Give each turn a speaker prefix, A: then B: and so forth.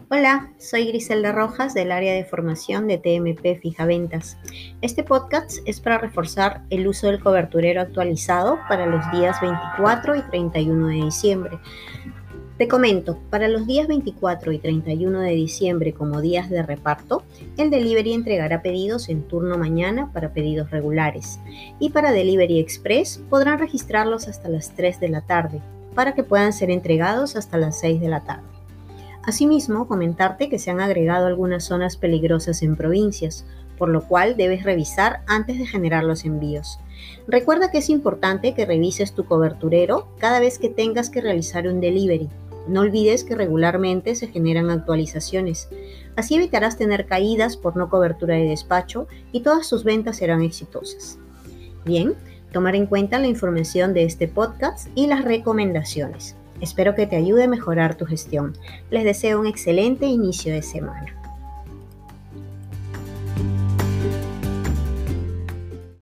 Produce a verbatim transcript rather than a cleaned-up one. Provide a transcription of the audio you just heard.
A: Hola, soy Griselda Rojas del área de formación de T M P Fijaventas. Este podcast es para reforzar el uso del coberturero actualizado para los días veinticuatro y treinta y uno de diciembre. Te comento, para los días veinticuatro y treinta y uno de diciembre como días de reparto, el delivery entregará pedidos en turno mañana para pedidos regulares y para Delivery Express podrán registrarlos hasta las tres de la tarde para que puedan ser entregados hasta las seis de la tarde. Asimismo, comentarte que se han agregado algunas zonas peligrosas en provincias, por lo cual debes revisar antes de generar los envíos. Recuerda que es importante que revises tu coberturero cada vez que tengas que realizar un delivery. No olvides que regularmente se generan actualizaciones. Así evitarás tener caídas por no cobertura de despacho y todas tus ventas serán exitosas. Bien, tomar en cuenta la información de este podcast y las recomendaciones. Espero que te ayude a mejorar tu gestión. Les deseo un excelente inicio de semana.